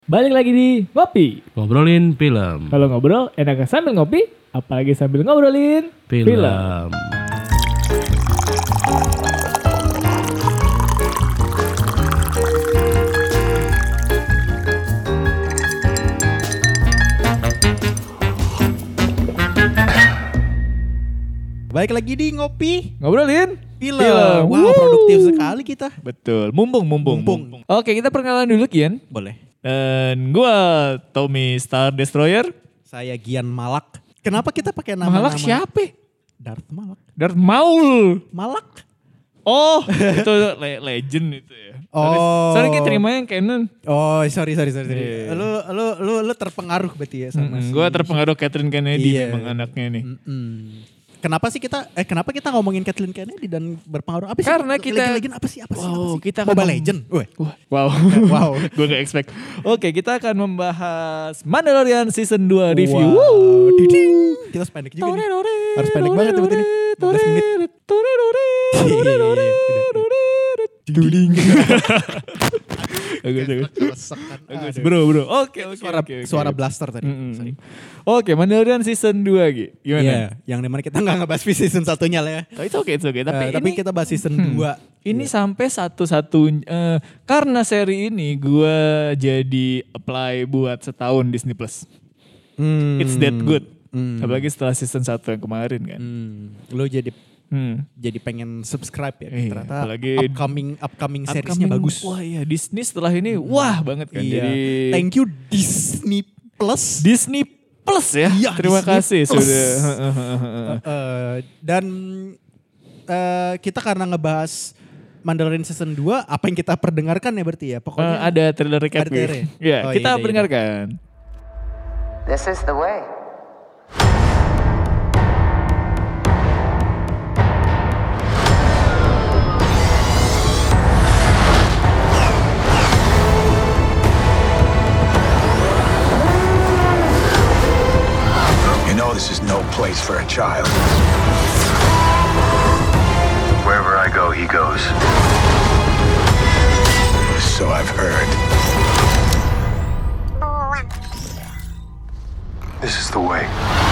Balik lagi di Ngopi. Ngobrolin film. Kalau ngobrol enaknya sambil ngopi, apalagi sambil ngobrolin Film. Balik lagi di Ngopi Ngobrolin Film. Film. Wow, produktif sekali kita. Betul, mumpung. Oke, kita perkenalan dulu Kian. Boleh. Dan gua Tommy Star Destroyer. Saya Gian Malak. Kenapa kita pakai nama Malak siapa? Darth Malak. Darth Maul. Malak. Oh, itu legend itu ya. Oh. Soalnya kita terima yang canon. Oh, sorry. Iya. Lu terpengaruh berarti ya sama Gue terpengaruh Kathleen Kennedy Iya. memang anaknya nih. Kenapa kita ngomongin Kathleen Kennedy dan berpengaruh apa sih? Karena kita- Legend apa sih? Wow, kita akan Mobile Legend. Weh. Wow. Wow. Gue gak expect. Oke, kita akan membahas Mandalorian Season 2 review. Wow. Diding. Kita harus pendek juga nih. Harus pendek banget tiba ini. 15 menit. Duding. Bagus. Aduh. Bro. Oke. Suara blaster tadi. Sorry. Oke, Mandalorian Season 2 Gi. Gimana? Iya, yang dimana kita nggak ngebahas season satunya lah ya. Oh, it's okay. Tapi kita bahas season 2. Ini sampai satu-satunya karena seri ini gue jadi apply buat setahun Disney Plus. It's that good. Apalagi setelah season 1 yang kemarin kan. Lo jadi pengen subscribe ya. Iya, Ternyata apalagi upcoming seriesnya bagus. Wah iya, Disney setelah ini wah banget kan. Iya. Jadi Thank you Disney Plus. Disney Plus ya. Iya, Terima kasih Disney Plus. sudah. Dan kita karena ngebahas Mandalorian season 2, apa yang kita perdengarkan ya berarti ya? Pokoknya Ada trailer recap Ada trailer ya? Ya, Oh, kita iya. dengarkan. This is the way. You know this is no place for a child. Wherever I go, he goes. So I've heard. This is the way.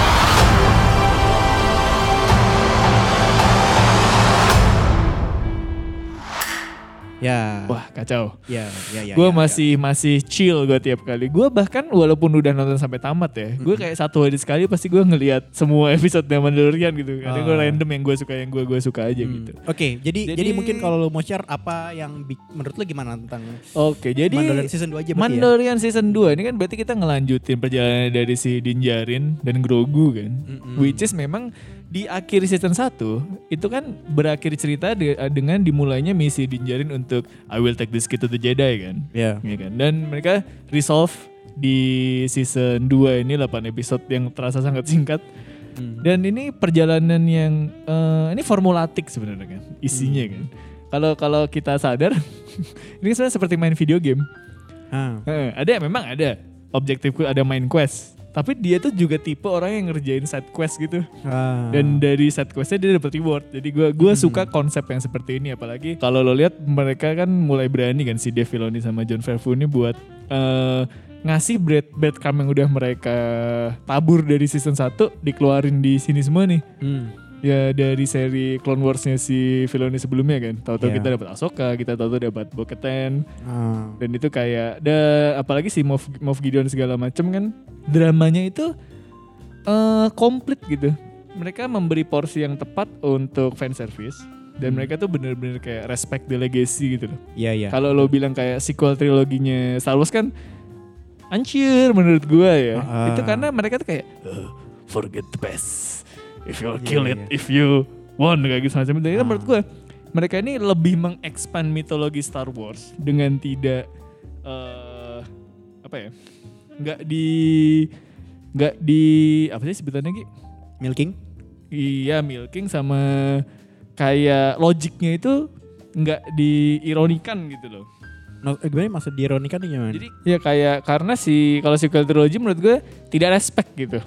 ya. Wah, kacau. Ya. Gue masih chill gue tiap kali. Gue bahkan walaupun udah nonton sampai tamat ya, gue kayak satu hari sekali pasti gue ngelihat semua episode Mandalorian gitu. Karena gue random yang gue suka aja gitu. Oke, jadi mungkin kalau lo mau share apa yang menurut lo gimana tentang Oke, jadi Mandalorian season 2 aja berarti Mandalorian season 2 ini kan berarti kita ngelanjutin perjalanan dari si Din Djarin dan Grogu kan. Which is memang di akhir season 1 itu kan berakhir cerita dengan dimulainya misi Din Djarin untuk I will take this kid to the Jedi kan. Iya. Iya kan? Dan mereka resolve di season 2 ini 8 episode yang terasa sangat singkat. Dan ini perjalanan yang ini formulatik sebenarnya kan isinya kan. Kalau kita sadar ini sebenarnya seperti main video game. Memang ada objektifku, ada main quest. Tapi dia tuh juga tipe orang yang ngerjain side quest gitu. Dan dari side questnya dia dapat reward. Jadi gue suka konsep yang seperti ini. Apalagi kalau lo lihat mereka kan mulai berani kan si Dave Filoni sama Jon Favreau ini buat ngasih breadcrumb yang udah mereka tabur dari season 1 dikeluarin di sini semua nih. Ya dari seri Clone Wars-nya si Filoni sebelumnya kan. Tahu-tahu kita dapat Ahsoka, kita tahu-tahu dapat Bo-Katan. Dan itu kayak apalagi si Moff Gideon segala macem kan, dramanya itu komplit gitu. Mereka memberi porsi yang tepat untuk fan service dan mereka tuh bener-bener kayak respect the legacy gitu loh. Iya. Kalau lo bilang kayak sequel triloginya Star Wars kan hancur menurut gua ya. Itu karena mereka tuh kayak forget the past. If you'll kill it, if you won kayak gitu macam itu. Menurut gue mereka ini lebih mengekspand mitologi Star Wars dengan tidak nggak di apa sih sebutannya Gi? Milking? Iya, milking sama kayak logiknya itu nggak diironikan gitu loh. Gimana maksud diironikan gimana? Jadi ya kayak karena kalau sequel trilogy menurut gue tidak respect gitu.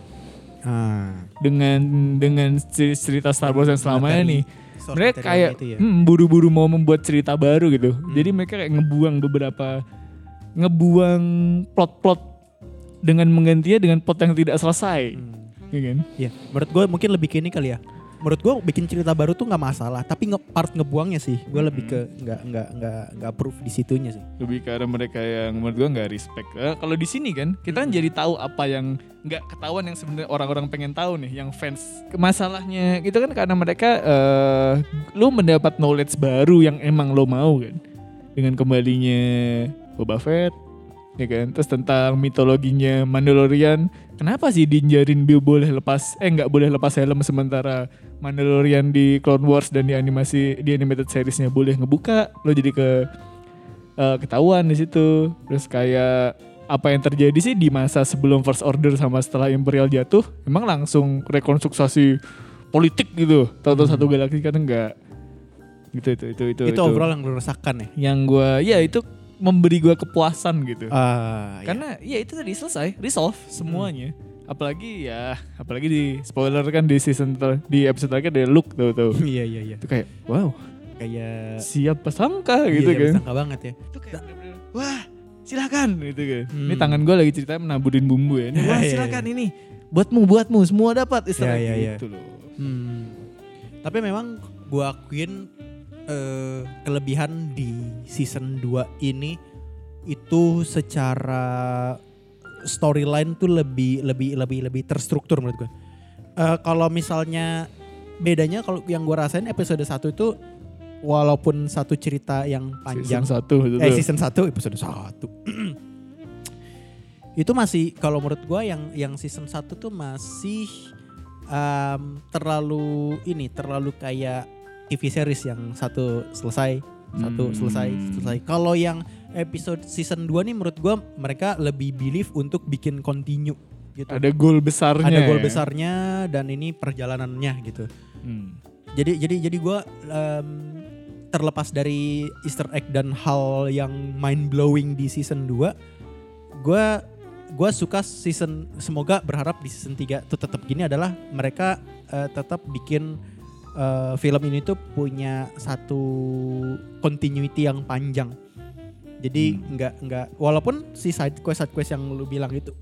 Dengan cerita Star Wars yang selama ini mereka kayak itu ya. buru-buru mau membuat cerita baru gitu. Jadi mereka kayak ngebuang beberapa ngebuang plot-plot dengan menggantinya dengan plot yang tidak selesai. Iya kan? Iya, menurut gue mungkin lebih ke ini kali ya. Menurut gue bikin cerita baru tuh nggak masalah, tapi part ngebuangnya sih, gue lebih ke nggak approve di situnya sih. Lebih ke arah mereka yang menurut gue nggak respect. Kalau di sini kan kita jadi tahu apa yang nggak ketahuan yang sebenarnya orang-orang pengen tahu nih, yang fans. Masalahnya itu kan karena mereka lu mendapat knowledge baru yang emang lo mau kan, dengan kembalinya Boba Fett, ya kan. Terus tentang mitologinya Mandalorian. Kenapa sih Din Djarin nggak boleh lepas helm sementara Mandalorian di Clone Wars dan di animated seriesnya boleh ngebuka? Lo jadi ketahuan di situ. Terus kayak apa yang terjadi sih di masa sebelum First Order sama setelah Imperial jatuh? Emang langsung rekonstruksi politik gitu? Tahu-tahu satu galaksi kan enggak? Gitu itu. Overall yang lo rasakan ya? Yang gue itu memberi gue kepuasan gitu. Karena ya itu tadi selesai, resolve semuanya. Apalagi di spoiler kan di di episode terakhir ada Luke tuh. Iya. Itu kayak wow, kayak siapa sangka gitu kan. Sangka banget ya. Itu kayak bener-bener, wah silakan gitu kan. Ini tangan gue lagi ceritanya menaburin bumbu ya. Wah silakan ini buatmu semua dapat istilahnya gitu loh. Tapi memang gue akuin kelebihan di season 2 ini itu secara storyline tuh lebih terstruktur menurut gue. Kalau misalnya bedanya kalau yang gue rasain episode 1 itu walaupun satu cerita yang panjang season 1 episode 1 itu masih kalau menurut gue yang season 1 tuh masih terlalu kayak TV series yang satu selesai. Kalau yang episode season 2 nih menurut gue mereka lebih believe untuk bikin continue gitu. Ada goal besarnya. Dan ini perjalanannya gitu. Jadi gue terlepas dari Easter egg dan hal yang mind blowing di season 2, gue suka semoga berharap di season 3 tuh tetap gini adalah mereka tetap bikin film ini tuh punya satu continuity yang panjang. Jadi nggak walaupun si side quest yang lu bilang itu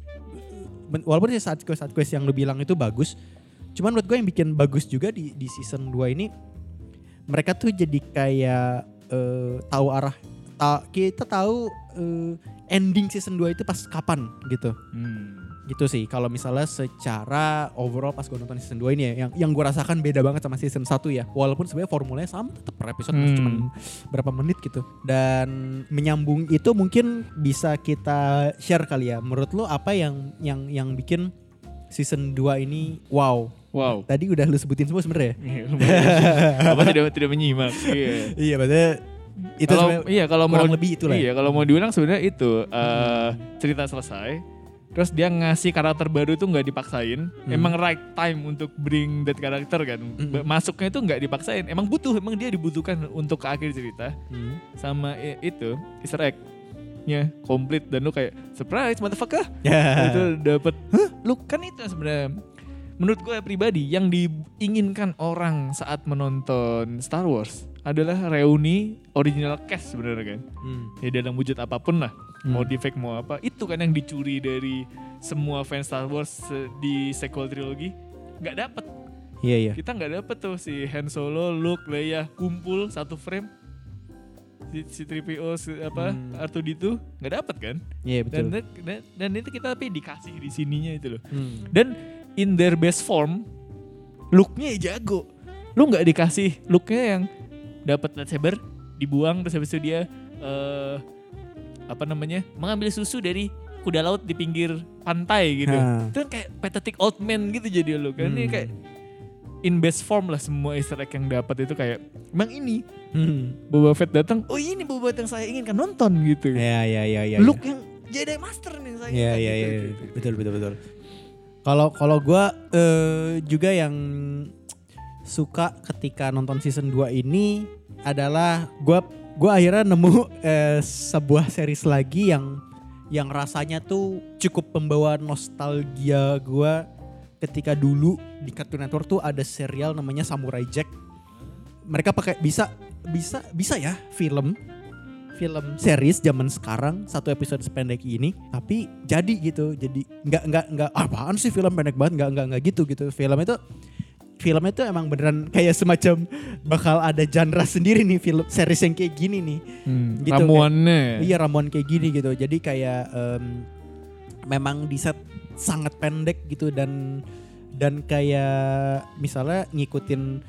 bagus, cuman menurut gue yang bikin bagus juga di season 2 ini mereka tuh jadi kayak tahu arah. Kita tahu ending season 2 itu pas kapan gitu. Gitu sih kalau misalnya secara overall pas gue nonton season 2 ini ya yang gue rasakan beda banget sama season 1 ya, walaupun sebenarnya formulanya sama tetap per episode cuma berapa menit gitu. Dan menyambung itu mungkin bisa kita share kali ya, menurut lo apa yang bikin season 2 ini wow. Tadi udah lu sebutin semua sebenarnya. Apa tidak menyimak. Iya maksudnya itu kalau mau lebih itulah. Iya, kalau mau diulang sebenarnya itu cerita selesai. Terus dia ngasih karakter baru tuh nggak dipaksain, emang right time untuk bring that karakter kan, masuknya itu nggak dipaksain, emang dia dibutuhkan untuk ke akhir cerita, sama itu Easter egg-nya komplit dan lu kayak surprise motherfucker, itu dapet, lu kan itu sebenarnya menurut gue pribadi yang diinginkan orang saat menonton Star Wars adalah reuni original cast sebenarnya kan, ya dalam wujud apapun lah. Mau di fake mau apa, itu kan yang dicuri dari semua fans Star Wars di sequel trilogi. Gak dapet. Iya. Kita gak dapet tuh si Han Solo, Luke, Leia kumpul satu frame. Si 3PO R2D2 gak dapet kan. Iya betul. Dan itu kita tapi dikasih di sininya itu loh. Dan in their best form Luke-nya jago. Lu gak dikasih Luke-nya yang dapet lightsaber dibuang terus habis itu dia mengambil susu dari kuda laut di pinggir pantai gitu. Itu kan kayak pathetic old man gitu jadi lu kan. Ini kayak in best form lah semua Easter egg yang dapat itu kayak emang ini. Boba Fett datang, oh ini Boba Fett yang saya inginkan nonton gitu. Iya. Luke yang Jedi Master nih saya. Iya. Betul. Kalau gue juga yang suka ketika nonton season 2 ini adalah gue akhirnya nemu sebuah series lagi yang rasanya tuh cukup membawa nostalgia gue ketika dulu di Cartoon Network tuh ada serial namanya Samurai Jack. Mereka pakai bisa ya film film series zaman sekarang, satu episode sependek ini, tapi jadi gitu. Jadi nggak apaan sih film pendek banget, nggak gitu. Filmnya tuh emang beneran kayak semacam bakal ada genre sendiri nih film series yang kayak gini nih. Gitu, ramuannya. Iya, ramuan kayak gini gitu. Jadi kayak memang di set sangat pendek gitu dan kayak misalnya ngikutin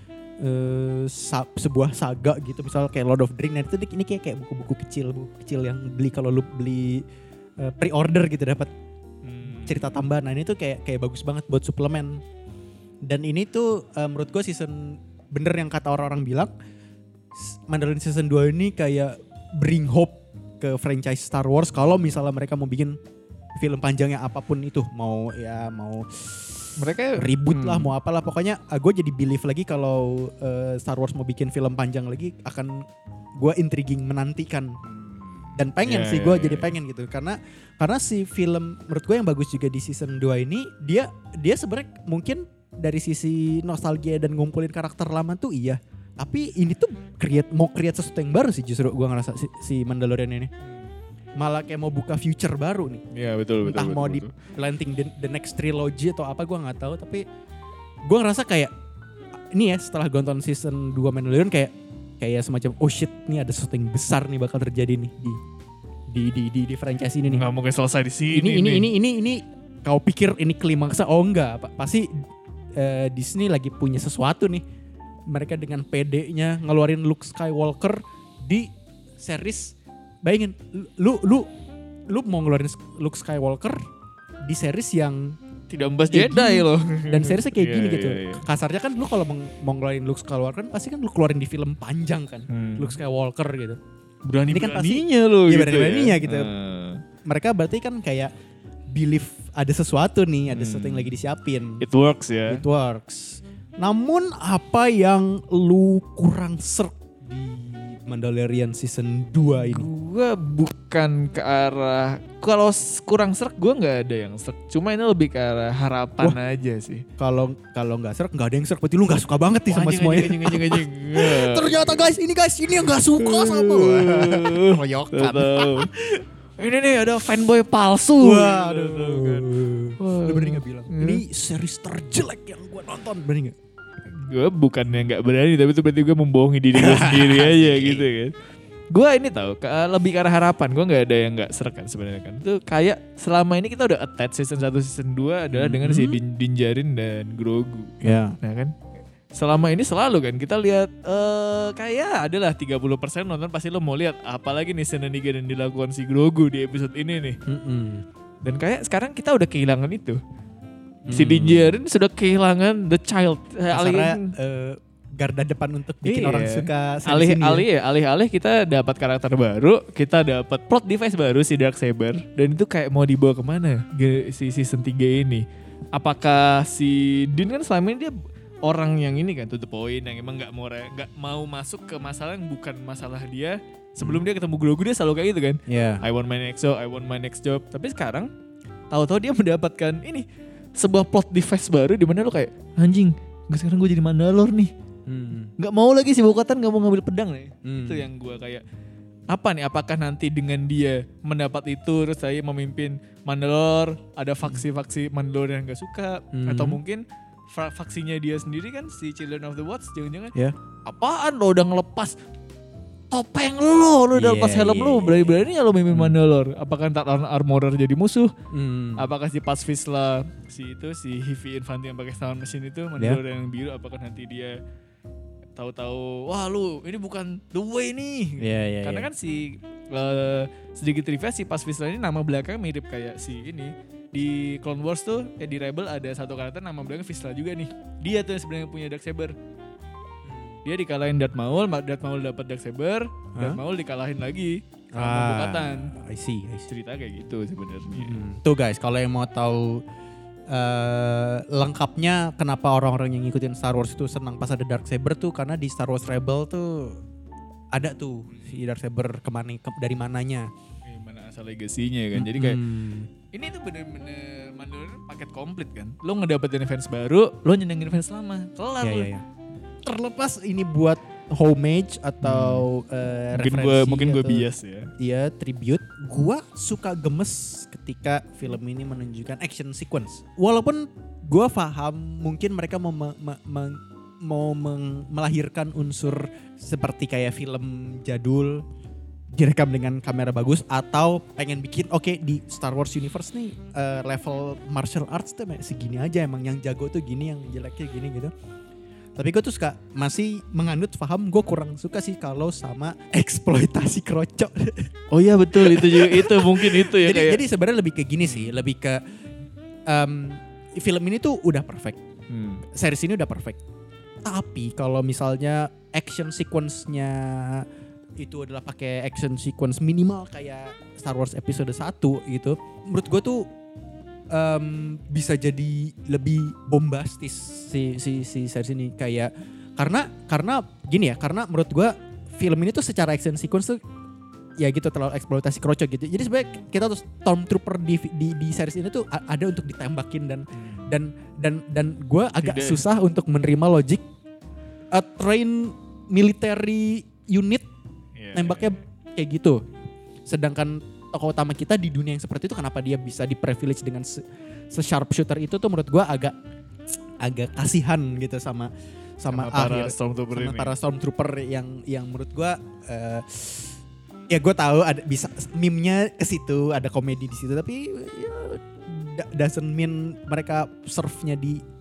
sebuah saga gitu, misalnya kayak Lord of the Rings. Nah itu ini kayak buku kecil yang beli kalau lu beli pre-order gitu dapat cerita tambahan. Nah ini tuh kayak bagus banget buat suplemen. Dan ini tuh menurut gue season bener yang kata orang-orang bilang, Mandalorian season 2 ini kayak bring hope ke franchise Star Wars kalau misalnya mereka mau bikin film panjangnya apapun itu, mau Mereka ribut lah, mau apalah, pokoknya gue jadi believe lagi kalau Star Wars mau bikin film panjang lagi akan gue intriguing menantikan. Dan pengen sih gue jadi pengen gitu karena si film menurut gue yang bagus juga di season 2 ini dia sebenarnya mungkin dari sisi nostalgia dan ngumpulin karakter lama tuh iya, tapi ini tuh mau create sesuatu yang baru sih justru gue ngerasa si Mandalorian ini malah kayak mau buka future baru nih. Iya betul. Entah mau di planting the next trilogy atau apa gue nggak tahu, tapi gue ngerasa kayak ini ya setelah gue nonton season 2 Mandalorian kayak semacam oh shit nih ada sesuatu yang besar nih bakal terjadi nih di franchise ini nih. Nggak mungkin selesai di sini. Ini kau pikir ini klimaksnya? Oh enggak, pasti Disney lagi punya sesuatu nih. Mereka dengan PD-nya ngeluarin Luke Skywalker di series. Bayangin, lu mau ngeluarin Luke Skywalker di series yang tidak membahas Jedi loh. Dan seriesnya kayak gini gitu. Iya. Kasarnya kan lu kalau mau ngeluarin Luke Skywalker pasti kan lu keluarin di film panjang kan. Luke Skywalker gitu. Berani-beraninya loh iya, gitu. Berani-beraninya gitu. Mereka berarti kan kayak believe ada sesuatu nih, ada sesuatu yang lagi disiapin. It works ya. It works. Namun apa yang lu kurang serk di Mandalorian season 2 ini? Gue bukan ke arah, kalau kurang serk gue nggak ada yang serk. Cuma ini lebih ke arah harapan aja sih. Kalau nggak serk, nggak ada yang serk. Berarti lu nggak suka banget nih sama semuanya. Anjing. Ternyata guys ini yang nggak suka sama. Royokan. Ini nih ada fanboy palsu. Waduh. Lu berani gak bilang? Ini series terjelek yang gue nonton. Berani gak? Gue bukannya gak berani, tapi itu berarti gue membohongi diri gue sendiri aja gitu kan. Gue ini tahu lebih ke arah harapan. Gue gak ada yang gak serek kan sebenarnya kan. Itu kayak selama ini kita udah attach season 1 season 2 adalah dengan si Din Djarin dan Grogu. Ya. Nah kan. Selama ini selalu kan kita lihat kayak adalah 30% nonton pasti lo mau lihat apalagi nih shenanigan yang dilakukan si Grogu di episode ini nih. Dan kayak sekarang kita udah kehilangan itu. Si Din Djarin sudah kehilangan the child. Kasarnya garda depan untuk bikin orang suka alih-alih kita dapat karakter baru, kita dapat plot device baru si Darksaber, dan itu kayak mau dibawa kemana si season 3 ini. Apakah si Din kan selama ini dia orang yang ini kan to the point, yang emang nggak mau masuk ke masalah yang bukan masalah dia. Sebelum dia ketemu Grogu dia selalu kayak gitu kan. I want my next job. Tapi sekarang tahu-tahu dia mendapatkan ini sebuah plot device baru di mana lo kayak anjing, sekarang gue jadi Mandalor nih. Nggak mau lagi si Bo-Katan nggak mau ngambil pedang nih. Itu yang gue kayak apa nih? Apakah nanti dengan dia mendapat itu terus saya memimpin Mandalor, ada faksi-faksi Mandalor yang nggak suka, atau mungkin faksinya dia sendiri kan si Children of the Watch jangan-jangan apaan lo udah ngelepas topeng lo udah lepas helm lo, berani-berani ya lo mimpin Mandalor. Apakah ntar Armorer jadi musuh? Apakah si Paz Vizsla si Heavy Infantry yang pakai sound machine itu Mandalor yang biru, apakah nanti dia tahu-tahu wah lu ini bukan the way nih. Karena kan si sedikit trivia si Paz Vizsla ini nama belakang mirip kayak si ini. Di Clone Wars tuh di Rebel ada satu karakter nama belakang Vizsla juga nih. Dia tuh yang sebenarnya punya Darksaber. Dia dikalahin Darth Maul dapat Darksaber, Darth Maul dikalahin lagi sama Bo-Katan. I see. Cerita kayak gitu sebenarnya. Tuh guys, kalau yang mau tahu lengkapnya kenapa orang-orang yang ngikutin Star Wars itu senang pas ada Darksaber tuh karena di Star Wars Rebel tuh ada tuh si Darksaber dari mananya. Mana asal legasinya kan. Jadi kayak ini tuh bener-bener Mandalorian paket komplit kan. Lo ngedapetin fans baru, lo nyenengin fans lama. Kelar lo. Terlepas ini buat homage atau Mungkin gue atau- bias ya. Iya, tribute. Gua suka gemes ketika film ini menunjukkan action sequence. Walaupun gua paham mungkin mereka mau melahirkan unsur seperti kayak film jadul direkam dengan kamera bagus, atau pengen bikin di Star Wars Universe nih level martial arts tuh segini aja, emang yang jago tuh gini, yang jeleknya gini gitu. Tapi gue tuh suka masih menganut paham, gue kurang suka sih kalau sama eksploitasi krocok. Oh iya betul, itu juga itu mungkin itu ya kayak. Jadi sebenarnya lebih ke gini sih, lebih ke film ini tuh udah perfect, series ini udah perfect. Tapi kalau misalnya action sequence-nya itu adalah pakai action sequence minimal kayak Star Wars episode 1 gitu, menurut gue tuh bisa jadi lebih bombastis si series ini, kayak karena gini ya, karena menurut gue film ini tuh secara action sequence tuh ya gitu terlalu eksploitasi krocok gitu. Jadi sebenarnya kita tuh Stormtrooper di series ini tuh ada untuk ditembakin dan gue agak susah untuk menerima logik a train military unit nembaknya kayak gitu. Sedangkan tokoh utama kita di dunia yang seperti itu, kenapa dia bisa di privilege dengan se-sharpshooter itu tuh menurut gue agak kasihan gitu sama para Stormtrooper ini. Para Stormtrooper yang menurut gue ya gue tahu ada bisa meme-nya ke situ, ada komedi di situ, tapi ya, doesn't mean mereka serve-nya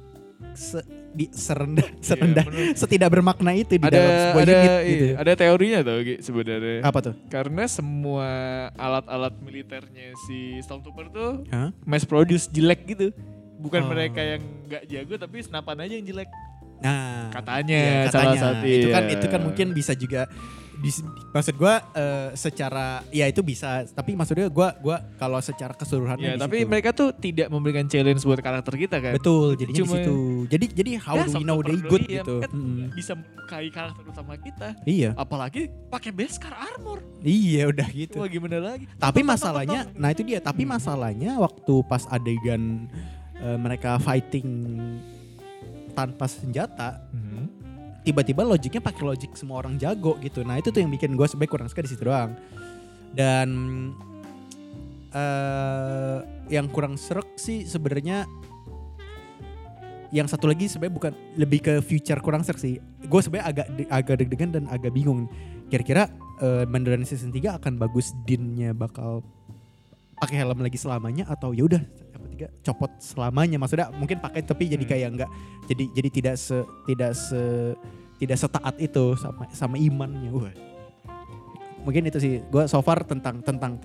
serendah setidak bermakna itu di dalam sebuah unit gitu. Ada teorinya tau sebenarnya. Apa tuh? Karena semua alat-alat militernya si Stormtrooper tuh Mass produce jelek gitu. Bukan mereka yang nggak jago, tapi senapan aja yang jelek. Nah, katanya salah satu. Itu kan mungkin bisa juga maksud gue secara ya itu bisa, tapi maksudnya gue kalau secara keseluruhannya ya, di tapi situ. mereka tuh tidak memberikan challenge buat karakter kita kan. Betul, jadinya di situ. Jadi how ya, do we know they good gitu. Kan bisa melukai karakter utama kita. Iya. Apalagi pakai beskar armor. Iya udah gitu. Wah gimana lagi? Tapi masalahnya, nah itu dia. Tapi masalahnya waktu pas adegan mereka fighting tanpa senjata, tiba-tiba logiknya pakai logik semua orang jago gitu. Nah itu tuh yang bikin gue sebenarnya kurang suka di situ doang. Dan yang kurang serak sih sebenarnya yang satu lagi sebenarnya bukan, lebih ke future kurang serak sih. Gue sebenarnya agak deg-degan dan agak bingung. Kira-kira Mandalorian season 3 akan bagus, Din-nya bakal pakai helm lagi selamanya atau ya udah copot selamanya, maksudnya mungkin pakai tapi jadi kayak enggak, jadi tidak setaat itu sama imannya. Mungkin itu sih gue so far tentang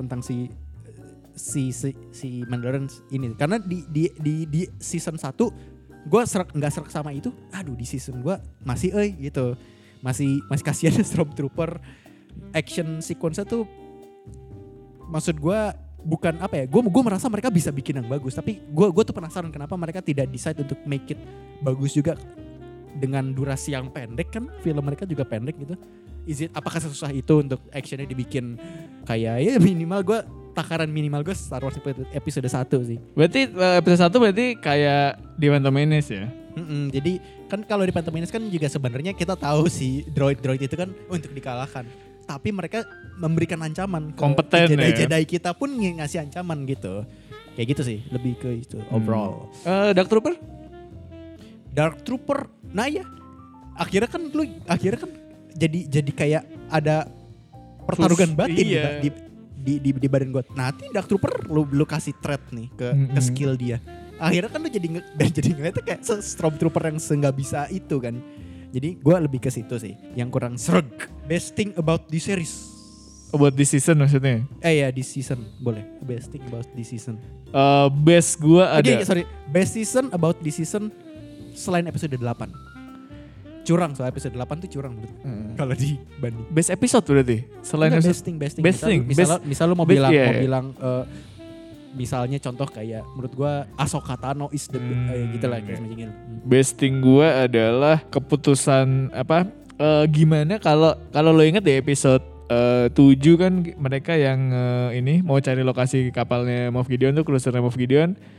si Mandalorian ini, karena di season 1 gue nggak serak sama itu. Aduh, di season gue masih gitu, masih kasihan Stormtrooper. Action sequence tuh maksud gue bukan apa ya, gue merasa mereka bisa bikin yang bagus, tapi gue tuh penasaran kenapa mereka tidak decide untuk make it bagus juga dengan durasi yang pendek, kan film mereka juga pendek gitu. Apakah sesusah itu untuk actionnya dibikin kayak ya minimal takaran minimal gue Star Wars episode 1 sih. Berarti episode 1 berarti kayak di Phantom Menace ya? Jadi kan kalau di Phantom Menace kan juga sebenarnya kita tahu si droid itu kan untuk dikalahkan. Tapi mereka memberikan ancaman kompeten ke Jedi kita pun ngasih ancaman gitu. Kayak gitu sih, lebih ke itu overall. Dark Trooper. Nah ya. Akhirnya kan jadi kayak ada pertarungan batin di badan gue. Nanti Dark Trooper lu kasih threat nih ke skill dia. Akhirnya kan lu jadi ngeliatnya kayak Stormtrooper yang nggak bisa itu kan. Jadi gue lebih ke situ sih yang kurang sereg. Best thing about this series. About this season maksudnya? Ya this season boleh. Best thing about this season. Best gue ada. Best season about this season selain episode 8. Curang, soal episode 8 tuh curang menurut. Kalau dibanding. Best episode berarti? Selain best thing. Misal lu mau bilang misalnya contoh kayak menurut gue Ahsoka Tano is the gitu lah kayak semacam. Best thing gue adalah keputusan gimana kalau lo inget di episode 7 kan mereka yang ini mau cari lokasi kapalnya Moff Gideon tuh, cruisernya Moff Gideon.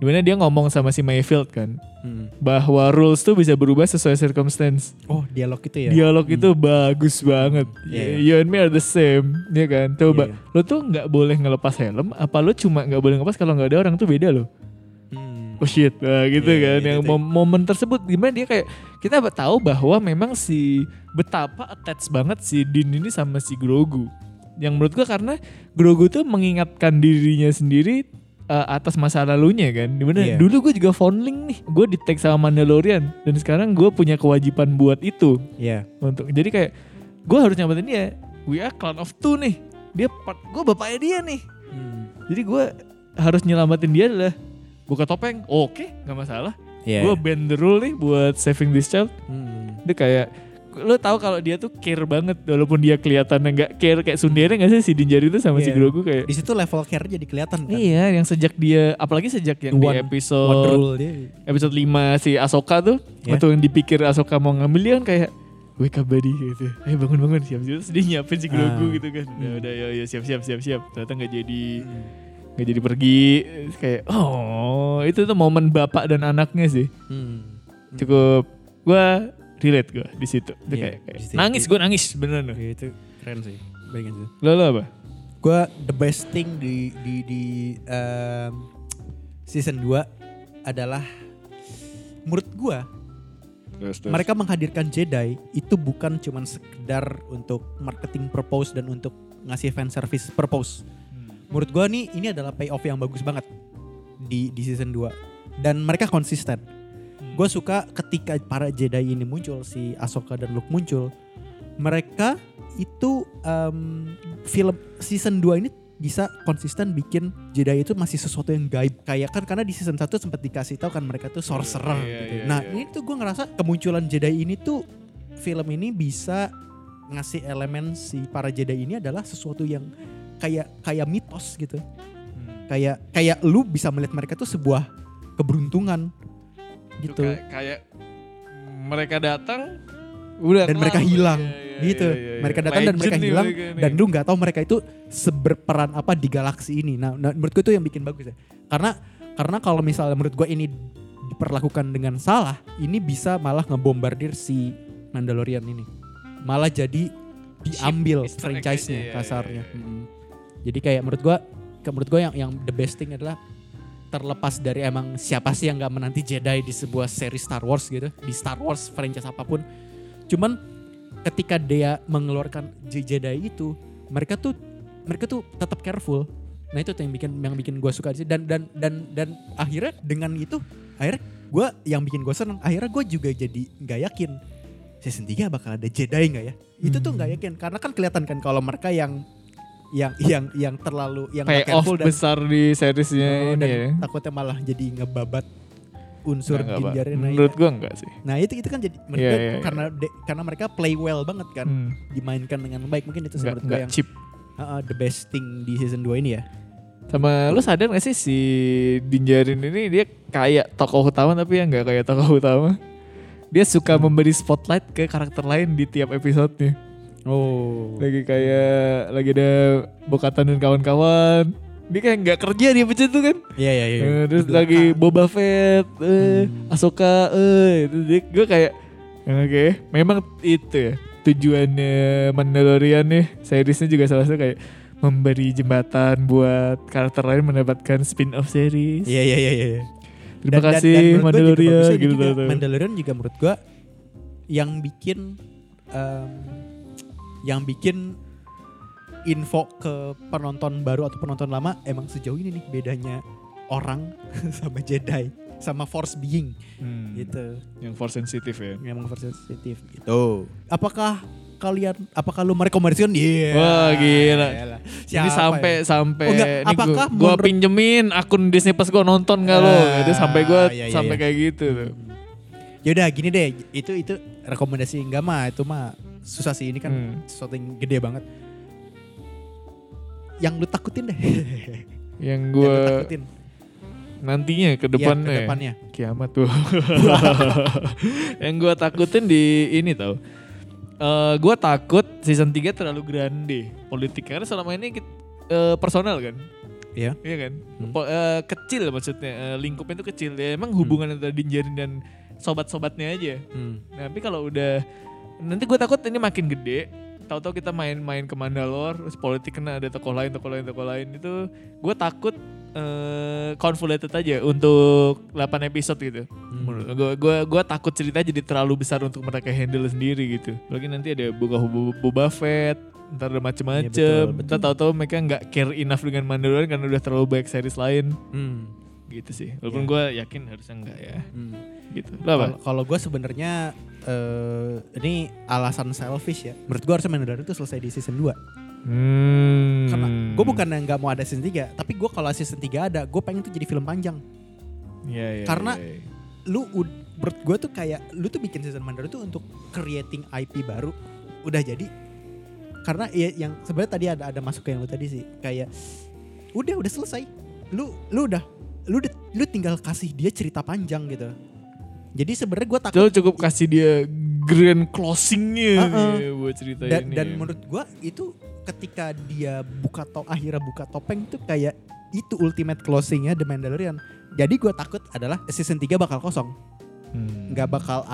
Dimana dia ngomong sama si Mayfield kan, bahwa rules tuh bisa berubah sesuai circumstance. Oh, dialog itu ya. Dialog itu bagus banget. Iya. You and me are the same, ya kan? Coba, Iya. lo tuh nggak boleh ngelepas helm, apa lo cuma nggak boleh ngelepas kalau nggak ada orang tuh beda lo. Oh shit, nah, gitu Iya, kan. iya, Yang itu. momen tersebut dimana dia kayak kita tahu bahwa memang si betapa attached banget si Din ini sama si Grogu. Yang menurut gua karena Grogu tuh mengingatkan dirinya sendiri atas masa lalunya kan. Dimana Iya. dulu gue juga foundling nih, gue di tag sama Mandalorian dan sekarang gue punya kewajiban buat itu. Iya. Untuk jadi kayak gue harus nyamatin dia. We are clan of two nih. Dia gue bapaknya dia nih. Jadi gue harus nyelamatin dia lah. Buka topeng, oke, nggak masalah. Iya. Gue bend the rule nih buat saving this child. Dia kayak, lo tahu kalau dia tuh care banget, walaupun dia kelihatannya nggak care kayak tsundere nggak sih si Din Djarin itu sama si Iya. Grogu kayak. Di situ level care jadi kelihatan kan. Iya, yang sejak dia, apalagi sejak yang di One episode rule dia. episode 5 si Ahsoka tuh, Iya. waktu yang dipikir Ahsoka mau ngambil dia kan kayak, wake up buddy gitu. Ayo bangun siap-siap. Terus dia nyiapin si Grogu gitu kan. Udah ya siap-siap. Ternyata nggak jadi pergi. Terus kayak itu tuh momen bapak dan anaknya sih. Cukup gua relate gua di situ. Itu Iya, kayak di situ. nangis, gua nangis beneran loh. Itu keren sih. Bagian itu. Lo apa? Gue the best thing di season 2 adalah menurut gue mereka menghadirkan Jedi itu bukan cuman sekedar untuk marketing purpose dan untuk ngasih fan service purpose. Menurut gue nih ini adalah payoff yang bagus banget di season 2 dan mereka konsisten. Gue suka ketika para Jedi ini muncul, si Ahsoka dan Luke muncul, mereka itu film season 2 ini bisa konsisten bikin Jedi itu masih sesuatu yang gaib kayak kan karena di season 1 sempat dikasih tahu kan mereka tuh sorcerer gitu. Nah, ini tuh gue ngerasa kemunculan Jedi ini tuh film ini bisa ngasih elemen si para Jedi ini adalah sesuatu yang kayak mitos gitu. Kayak lu bisa melihat mereka tuh sebuah keberuntungan gitu. Kayak mereka datang udah Dan mereka hilang gitu. Mereka datang dan mereka hilang dan lu nggak tahu mereka itu seberperan apa di galaksi ini. Nah menurut gue itu yang bikin bagus ya. Karena kalau misalnya menurut gue ini diperlakukan dengan salah, ini bisa malah ngebombardir si Mandalorian ini. Malah jadi diambil franchise-nya kasarnya. Jadi kayak menurut gue yang the best thing adalah terlepas dari emang siapa sih yang nggak menanti Jedi di sebuah seri Star Wars gitu, di Star Wars franchise apapun. Cuman ketika dia mengeluarkan Jedi itu, mereka tuh tetap careful. Nah itu tuh yang bikin gue suka sih dan akhirnya dengan itu gue yang bikin gue seneng. Akhirnya gue juga jadi nggak yakin season 3 bakal ada Jedi nggak ya? Itu tuh nggak yakin karena kan kelihatan kan kalau mereka yang terlalu yang nggak payoff careful dan besar di seriesnya ini dan ya. takutnya malah jadi ngebabat unsur Enggak, Din Pak. Djarin. Menurut gua enggak sih. Nah itu kan jadi Iya. karena mereka play well banget kan, dimainkan dengan baik, mungkin itu menurut gue Enggak yang cheap. the best thing di season 2 ini ya. Sama lu sadar gak sih si Din Djarin ini dia kayak tokoh utama tapi yang gak kayak tokoh utama. Dia suka memberi spotlight ke karakter lain di tiap episodenya. Oh. Lagi ada Bo-Katan dan kawan-kawan. Dia kayak gak kerja di episode itu kan. Iya. Terus Di lagi belakang. Boba Fett, Ahsoka, gue kayak oke, memang itu ya tujuannya Mandalorian nih. Seriesnya juga salah satu kayak memberi jembatan buat karakter lain mendapatkan spin-off series. Iya. Terima Dan kasih menurut gua juga Mandalorian bagusnya gitu juga, tuh. Mandalorian juga menurut gue yang bikin info ke penonton baru atau penonton lama emang sejauh ini nih bedanya orang sama Jedi sama Force being gitu. Yang force sensitive ya. Memang Force sensitive gitu. Apakah lu merekomendasikan? Iya. Wah gila. Yalah. Ini Siapa sampai Oh, enggak, nih apakah gua menurut- pinjemin akun Disney Plus gua nonton gak lo? Itu sampai gua sampai kayak gitu tuh. Yaudah gini deh, itu rekomendasi enggak mah, itu mah susah sih, ini kan sesuatu yang gede banget. Yang lu takutin deh. Yang Yang lu gua takutin. nantinya ke Iya, depannya. ke depannya. Kiamat tuh. Yang gua takutin di ini tau. Gua takut season 3 terlalu grande politik karena selama ini personal kan. Iya. Iya kan? Kecil maksudnya, lingkupnya itu kecil. Ya emang hubungan antara Din Djarin dan sobat-sobatnya aja. Nah, tapi kalau udah, nanti gue takut ini makin gede. Tahu-tahu kita main ke Mandalore, terus politik kena ada tokoh lain itu, gue takut convoluted aja untuk 8 episode gitu. Gue takut cerita jadi terlalu besar untuk mereka handle sendiri gitu. Lagi nanti ada Boba Fett, ntar ada macem-macem. Ntar tahu-tahu mereka nggak care enough dengan Mandalorian karena udah terlalu banyak series lain. Gitu sih. Walaupun gue yakin harusnya enggak ya. Gitu. Kalau gue sebenarnya ini alasan selfish ya. Menurut gue harusnya Mandalorian itu selesai di season 2. Karena gue bukan yang gak mau ada season 3, tapi gue kalau season 3 ada, gue pengen tuh jadi film panjang. Karena lu, menurut gue tuh kayak lu tuh bikin season Mandalorian tuh untuk creating IP baru, udah jadi. Karena ya, yang sebenarnya tadi ada masuk ke yang lu tadi sih, kayak udah selesai. Lu tinggal kasih dia cerita panjang gitu. Jadi sebenarnya gue takut cukup kasih dia grand closingnya buat cerita ini. Dan menurut gue itu ketika dia akhirnya buka topeng tuh kayak itu ultimate closingnya The Mandalorian. Jadi gue takut adalah season 3 bakal kosong. Gak bakal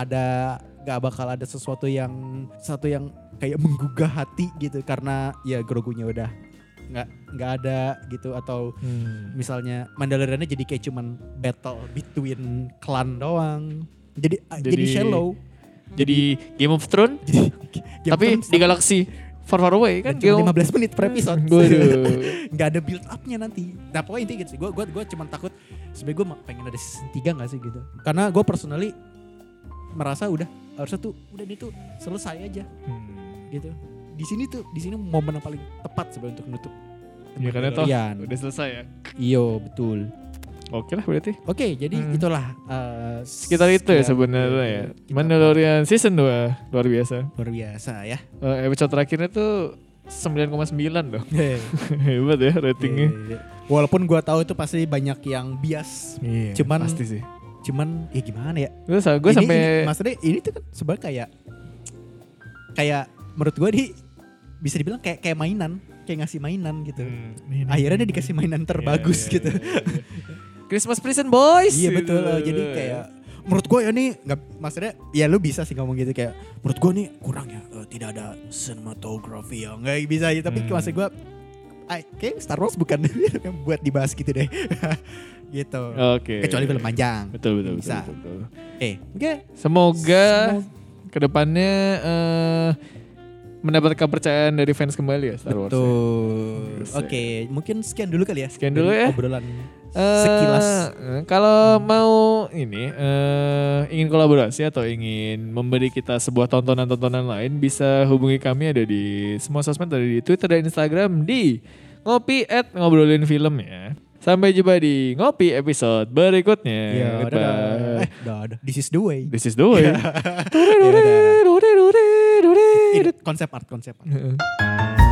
ada sesuatu yang kayak menggugah hati gitu, karena ya Grogunya udah nggak ada gitu, atau misalnya Mandaloriannya jadi kayak cuman battle between clan doang, jadi shallow, jadi Game of Thrones tapi di galaksi far away kan, cuma 15 menit per episode. Nggak ada build upnya nanti. Nah pokoknya intinya gitu sih, gue cuma takut sebenarnya gue pengen ada season 3 nggak sih gitu, karena gue personally merasa harusnya tuh ini tuh selesai aja gitu. Di sini momen yang paling tepat sebenarnya untuk menutup. Ya karena toh udah selesai ya. Iyo betul. Oke lah berarti. Oke, jadi itulah sekitar itu ya sebenarnya ya. Mandalorian season 2 luar biasa. Luar biasa ya. Episode terakhirnya tuh 9,9 loh. Hebat ya ratingnya. Walaupun gua tahu itu pasti banyak yang bias. Iya, cuman pasti sih. Cuman ya gimana ya? Gue sampai maksudnya ini tuh kan sebenarnya kayak menurut gua bisa dibilang kayak mainan, kayak ngasih mainan gitu. Akhirnya dia dikasih mainan terbagus gitu. Christmas present boys. Iya betul. Jadi kayak menurut gue ya nih maksudnya ya lu bisa sih ngomong gitu, kayak menurut gue nih kurang ya, tidak ada cinematography ya, nggak bisa ya. Tapi maksud gue kayak Star Wars bukan yang buat dibahas gitu deh. Gitu. Oke. Kecuali film panjang. Betul. Bisa. Semoga kedepannya mendapat kepercayaan dari fans kembali ya Star Wars. Betul. Oke, mungkin sekian dulu kali ya. Sekian dulu ya. Obrolan sekilas. Kalau mau ingin kolaborasi atau ingin memberi kita sebuah tontonan-tontonan lain, bisa hubungi kami, ada di semua sosmed, ada di Twitter dan Instagram di ngopi@ngobrolin film ya. Sampai jumpa di Ngopi episode berikutnya. Ya, Goodbye. Dadah. This is the way. This is the way. Konsep art.